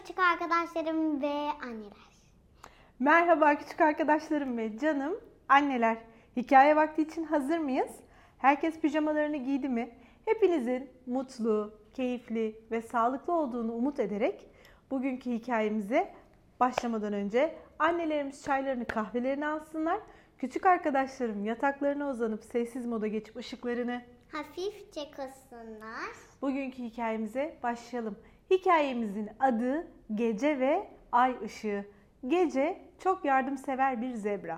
küçük arkadaşlarım ve anneler. Merhaba küçük arkadaşlarım ve canım anneler. Hikaye vakti için hazır mıyız? Herkes pijamalarını giydi mi? Hepinizin mutlu, keyifli ve sağlıklı olduğunu umut ederek bugünkü hikayemize başlamadan önce annelerimiz çaylarını, kahvelerini alsınlar. Küçük arkadaşlarım yataklarına uzanıp sessiz moda geçip ışıklarını Hafifçe kıssınlar. bugünkü hikayemize başlayalım. Hikayemizin adı Gece ve Ay Işığı. Gece çok yardımsever bir zebra.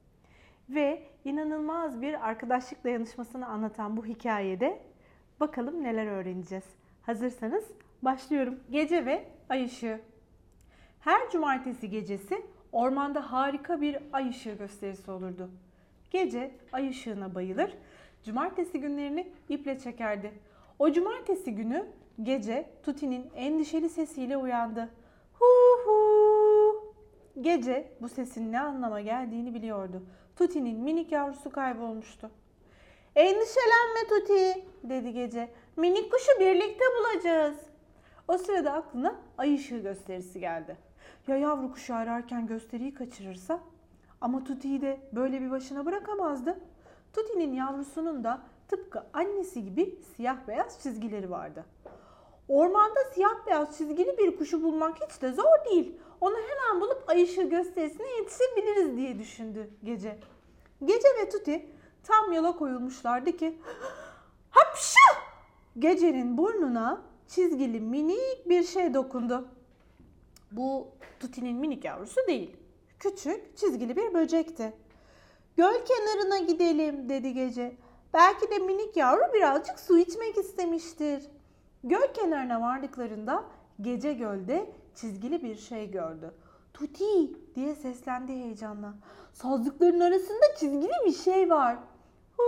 Ve inanılmaz bir arkadaşlık dayanışmasını anlatan bu hikayede bakalım neler öğreneceğiz. Hazırsanız başlıyorum. Gece ve Ay Işığı. Her cumartesi gecesi ormanda harika bir ay ışığı gösterisi olurdu. Gece ay ışığına bayılır, cumartesi günlerini iple çekerdi. O cumartesi günü gece Tuti'nin endişeli sesiyle uyandı. Hu hu! Gece bu sesin ne anlama geldiğini biliyordu. Tuti'nin minik yavrusu kaybolmuştu. "Endişelenme Tuti," dedi gece. "Minik kuşu birlikte bulacağız." O sırada aklına ay ışığı gösterisi geldi. Ya yavru kuşu ararken gösteriyi kaçırırsa? Ama Tuti'yi de böyle bir başına bırakamazdı. Tuti'nin yavrusunun da tıpkı annesi gibi siyah beyaz çizgileri vardı. Ormanda siyah beyaz çizgili bir kuşu bulmak hiç de zor değil. Onu hemen bulup ay ışığı gösterisine yetişebiliriz diye düşündü gece. Gece ve Tuti tam yola koyulmuşlardı ki hapşu! Gecenin burnuna çizgili minik bir şey dokundu. Bu Tuti'nin minik yavrusu değil. Küçük, çizgili bir böcekti. "Göl kenarına gidelim," dedi gece. "Belki de minik yavru birazcık su içmek istemiştir." Göl kenarına vardıklarında gece gölde çizgili bir şey gördü. "Tuti!" diye seslendi heyecanla. "Sazlıkların arasında çizgili bir şey var." "Hu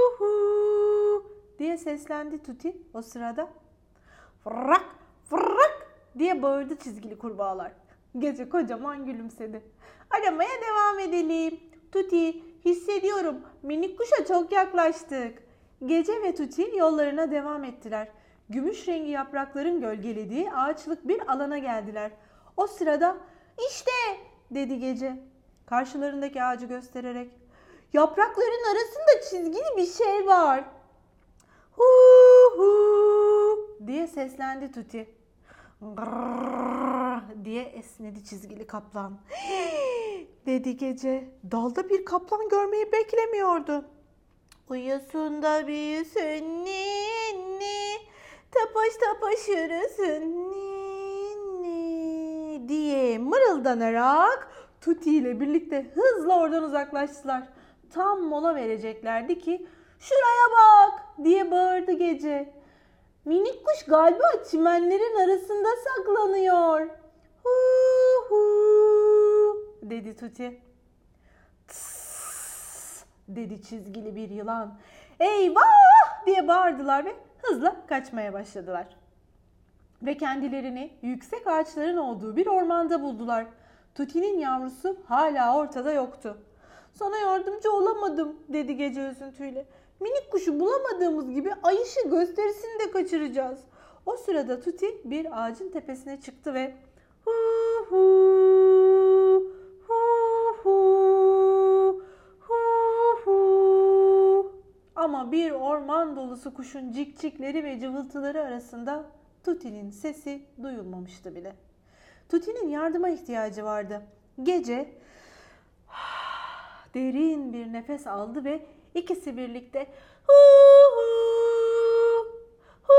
hu!" diye seslendi Tuti o sırada. "Fırrak! Fırrak!" diye bağırdı çizgili kurbağalar. Gece kocaman gülümsedi. "Aramaya devam edelim. Tuti, hissediyorum. Minik kuşa çok yaklaştık." Gece ve Tuti yollarına devam ettiler. Gümüş rengi yaprakların gölgelediği ağaçlık bir alana geldiler. O sırada "İşte!" dedi gece, karşılarındaki ağacı göstererek. "Yaprakların arasında çizgili bir şey var." "Hu hu!" diye seslendi Tuti. "Grrrr!" diye esnedi çizgili kaplan. Dedi gece. Dalda bir kaplan görmeyi beklemiyordu. "Uyusun da büyüsün ninni, tapaş tapaş yürüsün ninni" diye mırıldanarak Tuti ile birlikte hızla oradan uzaklaştılar. Tam mola vereceklerdi ki "Şuraya bak!" diye bağırdı gece. "Minik kuş galiba çimenlerin arasında saklanıyor." "Hu hu!" dedi Tuti. "Tıs!" dedi çizgili bir yılan. "Eyvah!" diye bağırdılar ve hızla kaçmaya başladılar. Ve kendilerini yüksek ağaçların olduğu bir ormanda buldular. Tuti'nin yavrusu hala ortada yoktu. "Sana yardımcı olamadım," dedi gece üzüntüyle. "Minik kuşu bulamadığımız gibi ay ışığı gösterisini de kaçıracağız." O sırada Tuti bir ağacın tepesine çıktı ve hu hu hu hu hu hu. Ama bir orman dolusu kuşun cikcikleri ve cıvıltıları arasında Tuti'nin sesi duyulmamıştı bile. Tuti'nin yardıma ihtiyacı vardı. Gece derin bir nefes aldı ve ikisi birlikte hu hu hu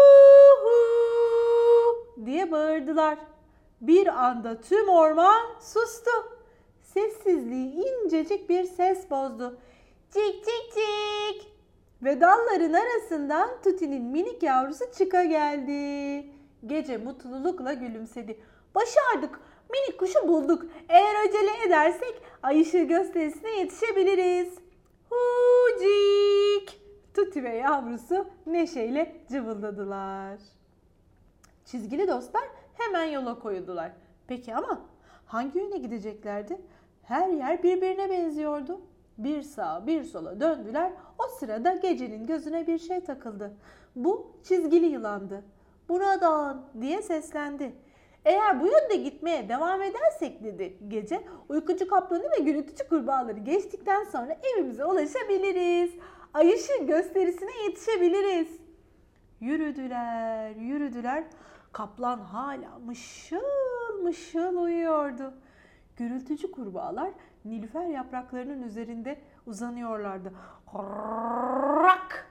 hu diye bağırdılar. Bir anda tüm orman sustu. Sessizliği incecik bir ses bozdu. "Cik cik cik!" Ve dalların arasından Tuti'nin minik yavrusu çıka geldi. Gece mutlulukla gülümsedi. "Başardık. Minik kuşu bulduk. Eğer acele edersek ay ışığı gösterisine yetişebiliriz." "Hucik!" Tuti ve yavrusu neşeyle cıvıldadılar. Çizgili dostlar hemen yola koyuldular. Peki ama hangi yöne gideceklerdi? Her yer birbirine benziyordu. Bir sağa bir sola döndüler. O sırada gecenin gözüne bir şey takıldı. Bu çizgili yılandı. "Buradan!" diye seslendi. Eğer bu yönde gitmeye devam edersek dedi gece, uykucu kaplanı ve gürültücü kurbağaları geçtikten sonra evimize ulaşabiliriz. Ay ışığı gösterisine yetişebiliriz. Yürüdüler, yürüdüler. Kaplan hala mışıl mışıl uyuyordu. Gürültücü kurbağalar nilüfer yapraklarının üzerinde uzanıyorlardı. Rak!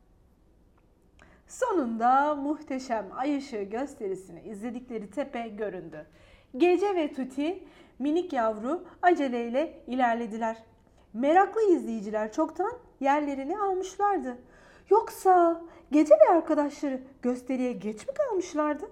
Sonunda muhteşem ay ışığı gösterisini izledikleri tepe göründü. Gece ve Tuti minik yavru aceleyle ilerlediler. Meraklı izleyiciler çoktan yerlerini almışlardı. Yoksa Gece ve arkadaşları gösteriye geç mi kalmışlardı?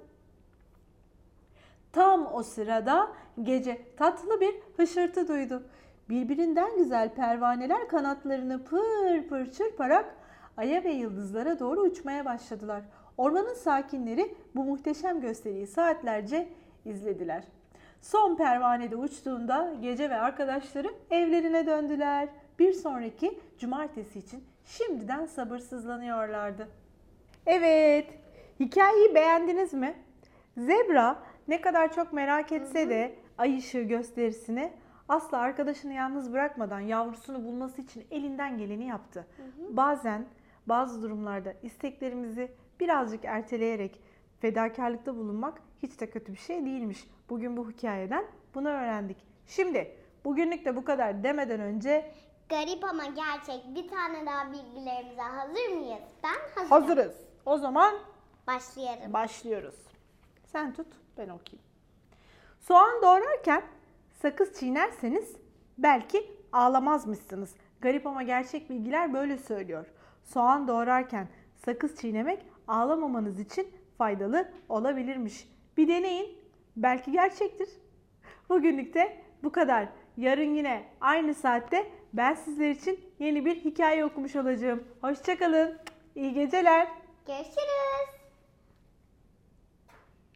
Tam o sırada Gece tatlı bir hışırtı duydu. Birbirinden güzel pervaneler kanatlarını pır pır çırparak aya ve yıldızlara doğru uçmaya başladılar. Ormanın sakinleri bu muhteşem gösteriyi saatlerce izlediler. Son pervanede uçtuğunda Gece ve arkadaşları evlerine döndüler. Bir sonraki cumartesi için şimdiden sabırsızlanıyorlardı. Evet, hikayeyi beğendiniz mi? Zebra ne kadar çok merak etse de ay ışığı gösterisini asla arkadaşını yalnız bırakmadan yavrusunu bulması için elinden geleni yaptı. Bazen bazı durumlarda isteklerimizi birazcık erteleyerek fedakarlıkta bulunmak hiç de kötü bir şey değilmiş. Bugün bu hikayeden bunu öğrendik. Şimdi bugünlük de bu kadar demeden önce Garip ama gerçek bir tane daha bilgilerimize hazır mıyız? Ben hazırım. hazırız. O zaman Başlayalım. başlıyoruz. Sen tut, ben okuyayım. Soğan doğrarken sakız çiğnerseniz belki ağlamazmışsınız. Garip ama gerçek bilgiler böyle söylüyor. Soğan doğrarken sakız çiğnemek ağlamamanız için faydalı olabilirmiş. Bir deneyin, belki gerçektir. Bugünlük de bu kadar. Yarın yine aynı saatte ben sizler için yeni bir hikaye okumuş olacağım. Hoşça kalın. İyi geceler. Görüşürüz.